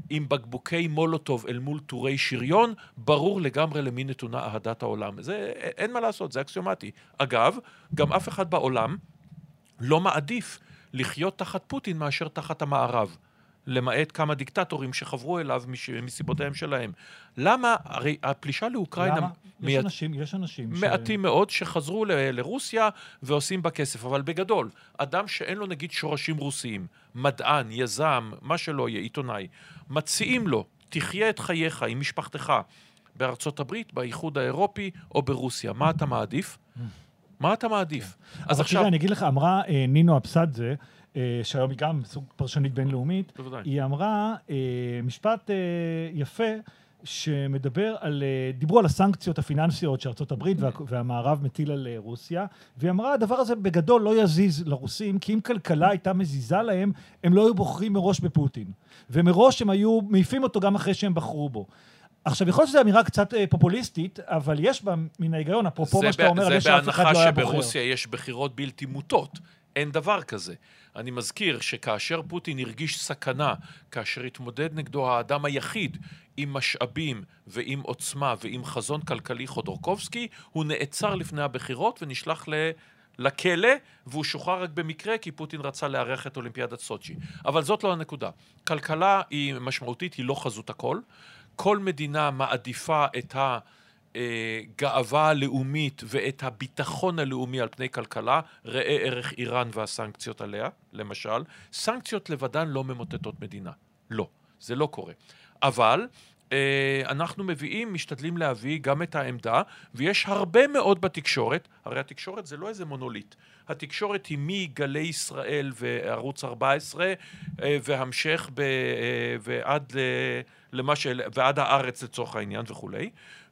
עם בקבוקי מולוטוב אל מול טורי שריון, ברור לגמרי למי נתונה אהדת העולם. זה, אין מה לעשות, זה אקסיומטי. אגב, גם אף אחד בעולם לא מעדיף לחיות תחת פוטין מאשר תחת המערב. למעט כמה דיקטטורים שחברו אליו מסיבותיהם שלהם. למה? הרי הפלישה לאוקראינה... למה? יש אנשים מעטים מאוד שחזרו לרוסיה ועושים בה כסף, אבל בגדול, אדם שאין לו נגיד שורשים רוסיים, מדען, יזם, מה שלא יהיה, עיתונאי, מציעים לו, תחיה את חייך עם משפחתך בארצות הברית, באיחוד האירופי או ברוסיה. מה אתה מעדיף? מה אתה מעדיף? אז עכשיו... אני אגיד לך, אמרה נינו אבסדזה, שהיום היא גם סוג פרשנית בינלאומית, היא אמרה משפט יפה שמדבר על, דיברו על הסנקציות הפיננסיות שארצות הברית והמערב מטיל על רוסיה, והיא אמרה, הדבר הזה בגדול לא יזיז לרוסים, כי אם כלכלה הייתה מזיזה להם, הם לא היו בוחרים מראש בפוטין. ומראש הם היו מעיפים אותו גם אחרי שהם בחרו בו. עכשיו, יכול להיות שזו אמירה קצת פופוליסטית, אבל יש בה מן ההיגיון, אפרופו מה שאתה אומר, על זה שאף אחד לא היה בוחר. שברוסיה יש בחירות בלתי מוטות. אין דבר כזה. אני מזכיר שכאשר פוטין הרגיש סכנה, כאשר התמודד נגדו האדם היחיד עם משאבים ועם עוצמה ועם חזון כלכלי חודורקובסקי, הוא נעצר לפני הבחירות ונשלח לכלא, והוא שוחרר רק במקרה כי פוטין רצה לארח את אולימפיאדת סוצ'י. אבל זאת לא הנקודה. כלכלה היא משמעותית, היא לא חזות הכל. כל מדינה מעדיפה את הגאווה הלאומית ואת הביטחון הלאומי על פני כלכלה, ראה ערך איראן והסנקציות עליה, למשל. סנקציות לבדן לא ממוטטות מדינה. לא, זה לא קורה. אבל אנחנו משתדלים להביא גם את העמדה, ויש הרבה מאוד בתקשורת, הרי התקשורת זה לא איזה מונוליט. התקשורת היא מגלי ישראל וערוץ 14, והמשך ועד הארץ לצורך העניין וכולי,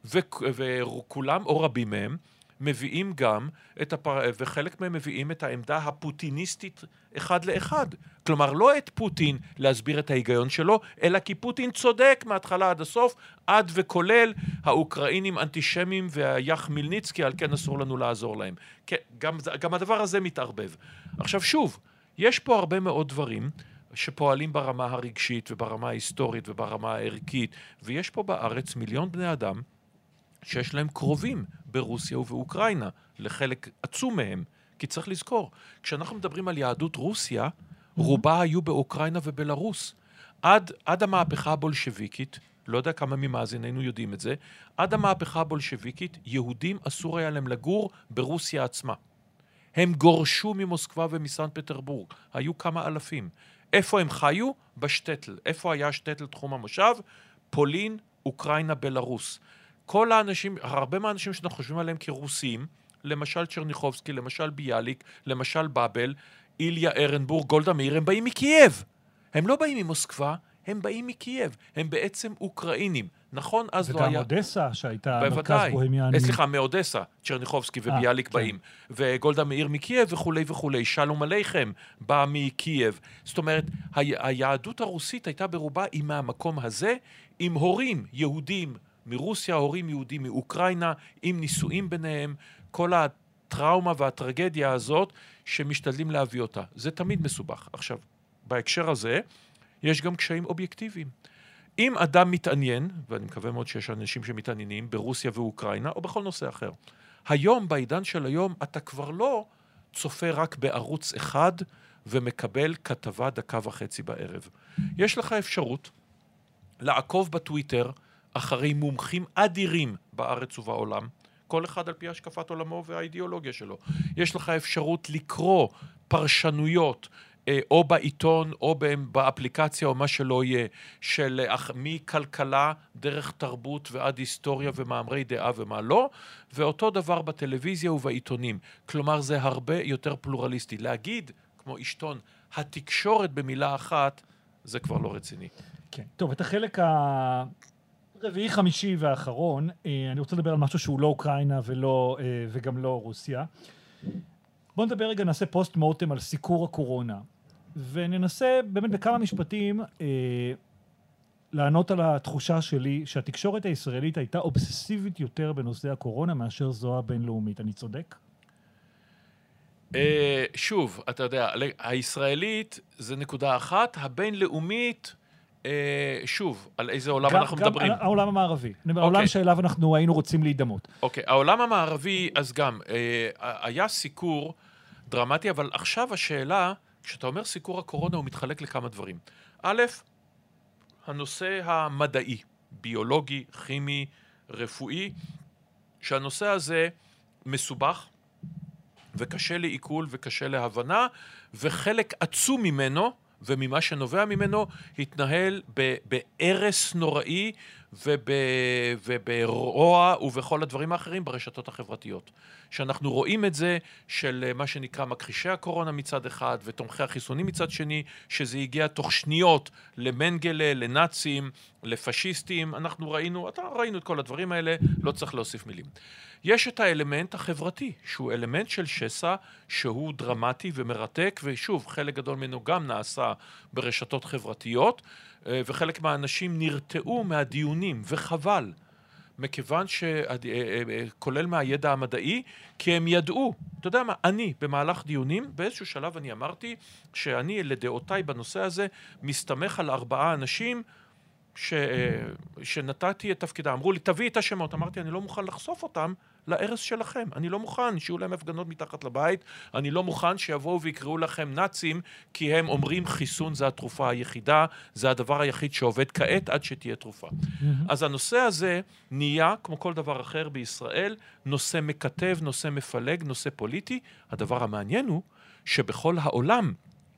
וכולם או רבים מהם מביאים גם וחלק מהם מביאים את העמדה הפוטיניסטית אחד לאחד. כלומר, לא את פוטין להסביר את ההיגיון שלו, אלא כי פוטין צודק מההתחלה עד הסוף, עד וכולל האוקראינים אנטישמים והיח מילניצקי, על כן אסור לנו לעזור להם. גם הדבר הזה מתערבב. עכשיו שוב, יש פה הרבה מאוד דברים שפועלים ברמה הרגשית וברמה ההיסטורית וברמה הערכית, ויש פה בארץ מיליון בני אדם שיש להם קרובים ברוסיה ובאוקראינה, לחלק עצום מהם. כי צריך לזכור, כשאנחנו מדברים על יהדות רוסיה, רובה היו באוקראינה ובלרוס. עד המהפכה הבולשביקית, לא יודע כמה ממאזיננו יודעים את זה, עד המהפכה הבולשביקית, יהודים אסור היה להם לגור ברוסיה עצמה. הם גורשו ממוסקבה ומסן פטרבורג. היו כמה אלפים. איפה הם חיו? בשטטל. איפה היה שטטל תחום המושב? פולין, אוקראינה, בלרוס. כל האנשים, הרבה מהאנשים שאנחנו חושבים עליהם כרוסים, למשל צ'רניחובסקי, למשל ביאליק, למשל באבל, איליה ארנבורג, גולדה מאיר, הם באים מקייב. הם לא באים ממוסקבה, הם באים מקייב. הם בעצם אוקראינים. נכון? אז לא היה... וגם אודסה, שהייתה מרכז בוהמיאני. סליחה, מאודסה, צ'רניחובסקי וביאליק באים. וגולדה מאיר מקייב וכולי וכולי. שלום עליכם בא מקייב. זאת אומרת, היהדות הרוסית הייתה ברובה עם המקום הזה, עם הורים יהודים מרוסיה, הורים יהודים מאוקראינה, עם נישואים ביניהם, כל הטראומה והטרגדיה הזאת שמשתדלים להביא אותה. זה תמיד מסובך. עכשיו, בהקשר הזה, יש גם קשיים אובייקטיביים. אם אדם מתעניין, ואני מקווה מאוד שיש אנשים שמתעניינים ברוסיה ואוקראינה, או בכל נושא אחר, היום, בעידן של היום, אתה כבר לא צופה רק בערוץ אחד ומקבל כתבה 1.5 בערב. יש לך אפשרות לעקוב בטוויטר אחרי מומחים אדירים בארץ ובעולם, כל אחד על פי השקפת עולמו והאידיאולוגיה שלו. יש לך אפשרות לקרוא פרשנויות, או בעיתון, או באפליקציה, או מה שלא יהיה, של מכלכלה, דרך תרבות ועד היסטוריה ומאמרי דעה ומה לא, ואותו דבר בטלוויזיה ובעיתונים. כלומר, זה הרבה יותר פלורליסטי. להגיד, כמו עיתון, התקשורת במילה אחת, זה כבר לא רציני. כן. טוב, את החלק הרביעי, חמישי והאחרון, אני רוצה לדבר על משהו שהוא לא אוקראינה וגם לא רוסיה. בואו נדבר רגע, נעשה פוסט מורטם על סיקור הקורונה, וננסה באמת בכמה משפטים לענות על התחושה שלי שהתקשורת הישראלית הייתה אובססיבית יותר בנושא הקורונה מאשר זו הבינלאומית. אני צודק? שוב, אתה יודע, הישראלית זה נקודה אחת, הבינלאומית שוב, על איזה עולם אנחנו מדברים? גם העולם המערבי. העולם שאליו אנחנו היינו רוצים להידמות. אוקיי, העולם המערבי, אז גם, היה סיקור דרמטי, אבל עכשיו השאלה, כשאתה אומר סיקור הקורונה, הוא מתחלק לכמה דברים. א', הנושא המדעי, ביולוגי, כימי, רפואי, שהנושא הזה מסובך, וקשה לעיכול וקשה להבנה, וחלק עצום ממנו, וממה שנובע ממנו, התנהל בערס נוראי וברוע ובכל הדברים האחרים ברשתות החברתיות. שאנחנו רואים את זה של מה שנקרא מכחישי הקורונה מצד אחד ותומכי החיסונים מצד שני, שזה הגיע תוך שניות למנגלה, לנאצים, לפשיסטים. אנחנו ראינו את כל הדברים האלה, לא צריך להוסיף מילים. יש את האלמנט החברתי, שהוא אלמנט של שסע, שהוא דרמטי ומרתק, ושוב, חלק גדול ממנו גם נעשה ברשתות חברתיות, וחלק מהאנשים נרתעו מהדיונים, וחבל, מכיוון כולל מהידע המדעי, כי הם ידעו, אתה יודע מה, אני במהלך דיונים, באיזשהו שלב אני אמרתי, שאני לדעותיי בנושא הזה, מסתמך על 4 אנשים, שנתתי את תפקידה, אמרו לי, תביא את השמות, אמרתי, אני לא מוכן לחשוף אותם לערס שלכם, אני לא מוכן שיהיו להם הפגנות מתחת לבית, אני לא מוכן שיבואו ויקראו לכם נאצים, כי הם אומרים חיסון זה התרופה היחידה, זה הדבר היחיד שעובד כעת עד שתהיה תרופה. אז הנושא הזה נהיה, כמו כל דבר אחר בישראל, נושא מקטב, נושא מפלג, נושא פוליטי. הדבר המעניין הוא שבכל העולם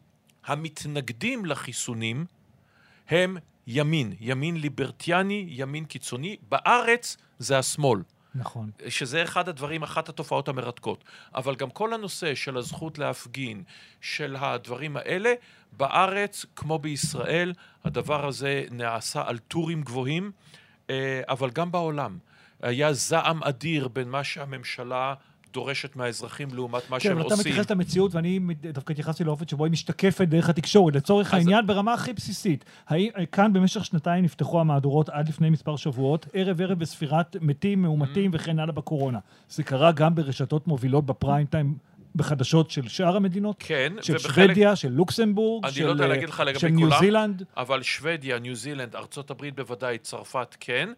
המתנגדים לחיסונים הם ימין ליברטיאני, ימין קיצוני. בארץ זה השמאל. נכון. שזה אחת התופעות המרתקות. אבל גם כל הנושא של הזכות להפגין, של הדברים האלה, בארץ, כמו בישראל, הדבר הזה נעשה על טורים גבוהים, אבל גם בעולם. היה זעם אדיר בין מה שהממשלה דורשת מהאזרחים לעומת מה שהם עושים. כן, אבל אתה מתייחס למציאות, ואני דווקא התייחסתי לאופן שבו היא משתקפת דרך התקשורת, לצורך העניין ברמה הכי בסיסית. כאן במשך 2 נפתחו המהדורות עד לפני מספר שבועות, ערב בספירת מתים, מאומתים וכן הלאה בקורונה. זה קרה גם ברשתות מובילות בפריים טיים, בחדשות של שאר המדינות, כן, של שוודיה, של לוקסמבורג, של ניו זילנד. אבל שוודיה, ניו זילנד, ארצות הברית בוודאי, צרפת כן.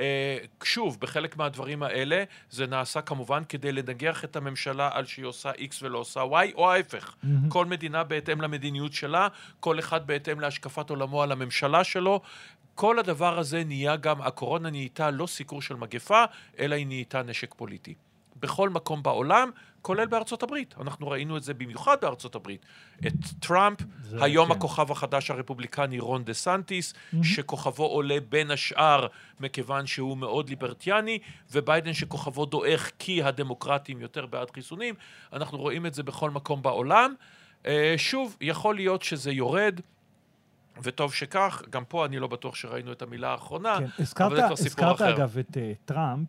שוב, בחלק מהדברים האלה, זה נעשה כמובן כדי לנגח את הממשלה על שהיא עושה X ולא עושה Y, או ההפך. כל מדינה בהתאם למדיניות שלה, כל אחד בהתאם להשקפת עולמו על הממשלה שלו. כל הדבר הזה נהיה גם, הקורונה נהייתה לא סיקור של מגפה, אלא היא נהייתה נשק פוליטי. בכל מקום בעולם, כולל בארצות הברית. אנחנו ראינו את זה במיוחד בארצות הברית. את טראמפ, היום הכוכב החדש הרפובליקני רון דה סנטיס, שכוכבו עולה בין השאר מכיוון שהוא מאוד ליברטיאני, וביידן שכוכבו דועך כי הדמוקרטים יותר בעד חיסונים. אנחנו רואים את זה בכל מקום בעולם. שוב, יכול להיות שזה יורד, וטוב שכך, גם פה אני לא בטוח שראינו את המילה האחרונה, כן, אבל זה כבר סיפור אחר. הזכרת אגב את טראמפ,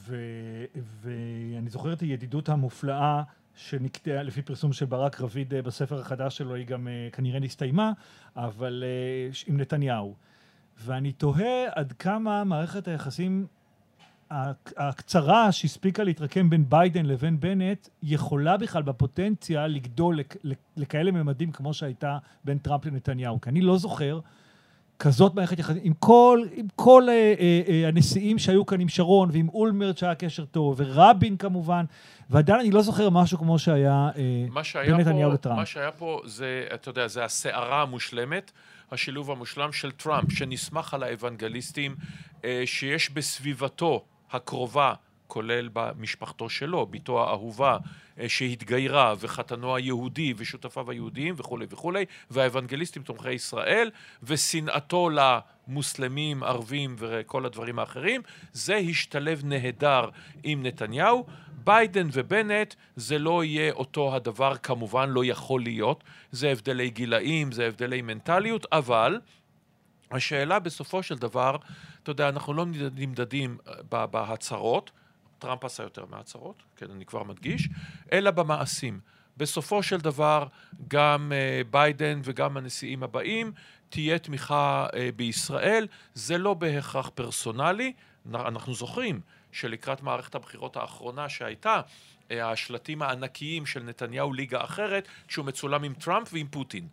ואני זוכר את הידידות המופלאה שנקטעה לפי פרסום של ברק רביד בספר החדש שלו, היא גם כנראה נסתיימה, אבל עם נתניהו. ואני תוהה עד כמה מערכת היחסים הקצרה שהספיקה להתרקם בין ביידן לבין בנט, יכולה בכלל בפוטנציה לגדול לכאלה ממדים כמו שהייתה בין טראמפ לנתניהו. כי אני לא זוכר כזאת מערכת יחסים, עם כל הנשיאים שהיו כאן עם שרון, ועם אולמרט שהיה קשר טוב, ורבין כמובן, ועדיין אני לא זוכר משהו כמו שהיה בין נתניהו לטראמפ. מה שהיה פה זה, אתה יודע, זה הסערה המושלמת, השילוב המושלם של טראמפ, שנסמך על האבנגליסטים, שיש בסביבתו הקרובה, כולל במשפחתו שלו, ביתו האהובה שהתגיירה, וחתנו היהודי ושותפיו היהודיים וכו' וכו', והאבנגליסטים תומכי ישראל, ושנאתו למוסלמים, ערבים וכל הדברים האחרים, זה השתלב נהדר עם נתניהו. ביידן ובנט זה לא יהיה אותו הדבר, כמובן לא יכול להיות, זה הבדלי גילאים, זה הבדלי מנטליות, אבל השאלה בסופו של דבר, אתה יודע, אנחנו לא נמדדים בהצהרות, טראמפ עשה יותר מהצהרות, כן, אני כבר מדגיש, אלא במעשים. בסופו של דבר, גם ביידן וגם הנשיאים הבאים, תהיה תמיכה בישראל, זה לא בהכרח פרסונלי, אנחנו זוכרים שלקראת מערכת הבחירות האחרונה שהייתה, השלטים הענקיים של נתניהו ליגה אחרת, שהוא מצולם עם טראמפ ועם פוטין.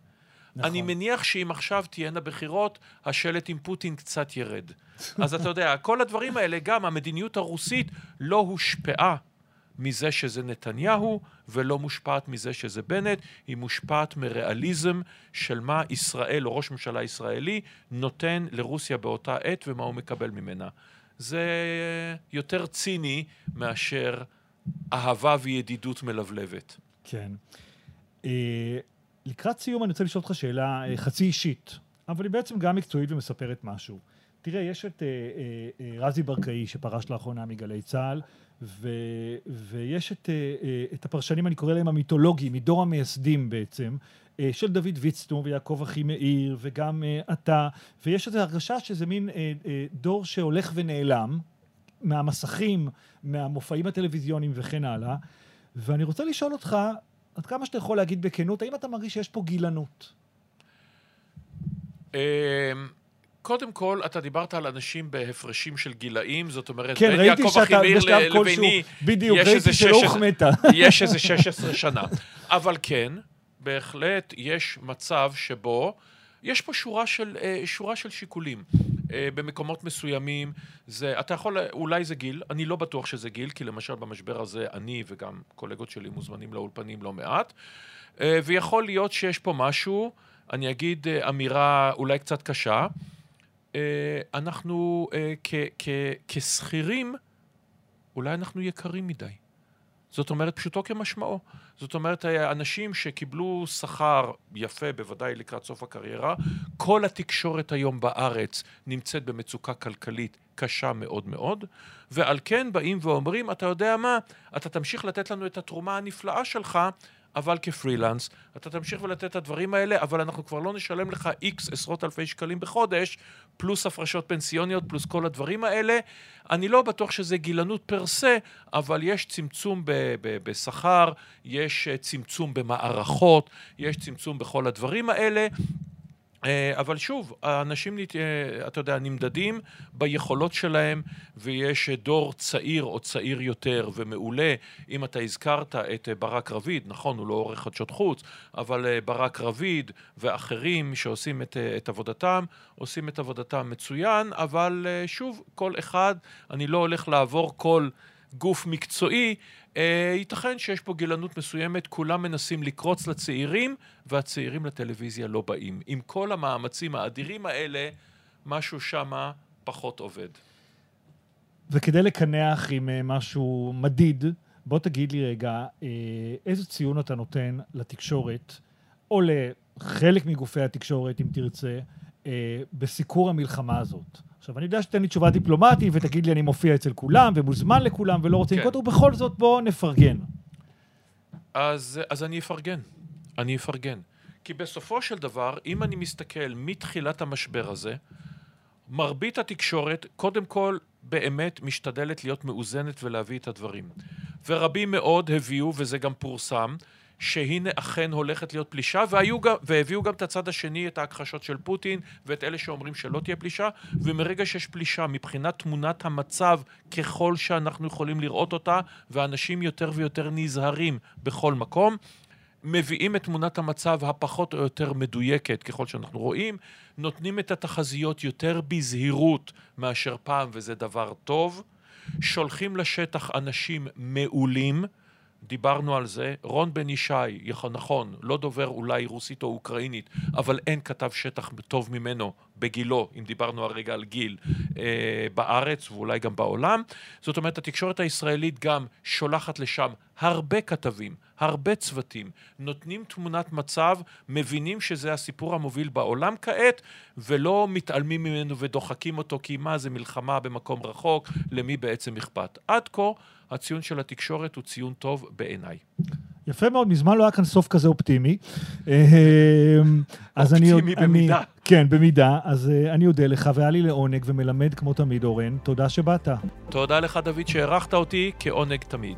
אני מניח שאם עכשיו תהיינה בחירות, השלט עם פוטין קצת ירד. אז אתה יודע, כל הדברים האלה, גם המדיניות הרוסית לא הושפעה מזה שזה נתניהו, ולא מושפעת מזה שזה בנט, היא מושפעת מריאליזם של מה ישראל או ראש ממשלה ישראלי נותן לרוסיה באותה עת ומה הוא מקבל ממנה. זה יותר ציני מאשר אהבה וידידות מלבלבת. כן. לקראת סיום אני רוצה לשאול אותך שאלה חצי אישית, אבל היא בעצם גם מקצועית ומספרת משהו. תראה, יש את רזי ברקאי שפרש לאחרונה מגלי צה"ל, ויש את הפרשנים, אני קורא להם המיתולוגיים, מדור המייסדים בעצם, של דוד ויצטום ויעקב אחימאיר, וגם אתה, ויש איזו הרגשה שזה מין דור שהולך ונעלם, מהמסכים, מהמופעים הטלוויזיוניים וכן הלאה, ואני רוצה לשאול אותך, עד כמה שאתה יכול להגיד בכנות, האם אתה מרגיש שיש פה גילנות? קודם כל, אתה דיברת על אנשים בהפרשים של גילאים, זאת אומרת, כן, בין יעקב אחימאיר לביני, בדיוק, ראיתי שלא מתה. יש איזה 16 שנה. אבל כן, בהחלט יש מצב שבו, יש פה שורה של שיקולים. במקומות מסוימים, אתה יכול, אולי זה גיל, אני לא בטוח שזה גיל, כי למשל במשבר הזה, אני וגם קולגות שלי מוזמנים לאולפנים לא מעט, ויכול להיות שיש פה משהו, אני אגיד אמירה אולי קצת קשה, אנחנו כסחירים, אולי אנחנו יקרים מדי. זאת אומרת, פשוטו כמשמעו. זאת אומרת, אנשים שקיבלו שכר יפה, בוודאי לקראת סוף הקריירה, כל התקשורת היום בארץ נמצאת במצוקה כלכלית קשה מאוד מאוד, ועל כן באים ואומרים, אתה יודע מה, אתה תמשיך לתת לנו את התרומה הנפלאה שלך, אבל כפרילנס, אתה תמשיך ולתת את הדברים האלה, אבל אנחנו כבר לא נשלם לך X עשרות אלפי שקלים בחודש, פלוס הפרשות פנסיוניות, פלוס כל הדברים האלה. אני לא בטוח שזה גילנות פרסה, אבל יש צמצום בשכר, יש צמצום במערכות, יש צמצום בכל הדברים האלה. אבל שוב, האנשים, אתה יודע, נמדדים ביכולות שלהם, ויש דור צעיר או צעיר יותר ומעולה. אם אתה הזכרת את ברק רביד, נכון, הוא לא עורך חדשות חוץ, אבל ברק רביד ואחרים שעושים את עבודתם, עושים את עבודתם מצוין, אבל שוב, כל אחד, אני לא הולך לעבור כל גוף מקצועי, ייתכן שיש פה גילנות מסוימת, כולם מנסים לקרוץ לצעירים, והצעירים לטלוויזיה לא באים. עם כל המאמצים האדירים האלה, משהו שמה פחות עובד. וכדי לקנח עם משהו מדיד, בוא תגיד לי רגע, איזה ציון אתה נותן לתקשורת, או לחלק מגופי התקשורת, אם תרצה, בסיקור המלחמה הזאת? עכשיו, אני יודע שתן לי תשובה דיפלומטית, ותגיד לי, אני מופיע אצל כולם, ומוזמן לכולם, ולא רוצה לנקוט, ובכל זאת בוא נפרגן. אז אני אפרגן. כי בסופו של דבר, אם אני מסתכל מתחילת המשבר הזה, מרבית התקשורת, קודם כל, באמת משתדלת להיות מאוזנת ולהביא את הדברים. ורבים מאוד הביאו, וזה גם פורסם, שהנה אכן הולכת להיות פלישה, והביאו גם את הצד השני, את ההכחשות של פוטין, ואת אלה שאומרים שלא תהיה פלישה, ומרגע שיש פלישה, מבחינת תמונת המצב, ככל שאנחנו יכולים לראות אותה, ואנשים יותר ויותר נזהרים בכל מקום, מביאים את תמונת המצב הפחות או יותר מדויקת, ככל שאנחנו רואים, נותנים את התחזיות יותר בזהירות מאשר פעם, וזה דבר טוב, שולחים לשטח אנשים מעולים, דיברנו על זה, רון בן ישי, נכון, לא דובר אולי רוסית או אוקראינית, אבל אין כתב שטח טוב ממנו בגילו, אם דיברנו הרגע על גיל, בארץ ואולי גם בעולם. זאת אומרת, התקשורת הישראלית גם שולחת לשם הרבה כתבים, הרבה צוותים, נותנים תמונת מצב, מבינים שזה הסיפור המוביל בעולם כעת, ולא מתעלמים ממנו ודוחקים אותו, כי מה זה מלחמה במקום רחוק, למי בעצם אכפת. עד כה, הציון של התקשורת הוא ציון טוב בעיניי. יפה מאוד, מזמן לא היה כאן סוף כזה אופטימי. אופטימי במידה. כן, במידה. אז אני יודע לך, והיה לי לעונג ומלמד כמו תמיד, אורן. תודה שבאת. תודה לך, דוד, שהערכת אותי כעונג תמיד.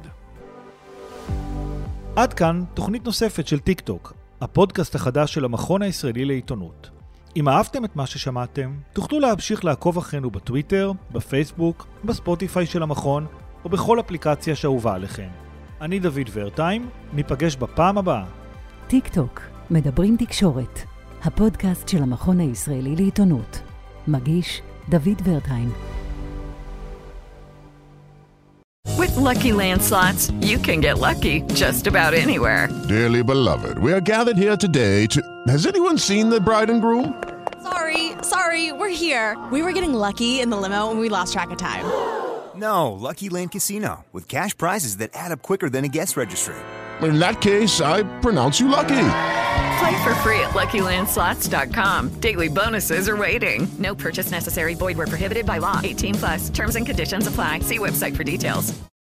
עד כאן תוכנית נוספת של טיק טוק, הפודקאסט החדש של המכון הישראלי לעיתונות. אם אהבתם את מה ששמעתם, תוכלו להמשיך לעקוב אחרינו בטוויטר, בפייסבוק, בספוטיפיי של המכון, או בכל אפליקציה שאהובה עליכם. אני דוד ורטיים, ניפגש בפעם הבאה. טיק טוק, מדברים תקשורת. הפודקאסט של המכון הישראלי לעיתונות. מגיש דוד ורטהיים. With Lucky Land Slots, you can get lucky just about anywhere. Dearly beloved, we are gathered here today to... Has anyone seen the bride and groom? Sorry, we're here. We were getting lucky in the limo and we lost track of time. No, Lucky Land Casino, with cash prizes that add up quicker than a guest registry. In that case, I pronounce you lucky. Play for free at LuckyLandSlots.com. Daily bonuses are waiting. No purchase necessary. Void where prohibited by law. 18+. Terms and conditions apply. See website for details.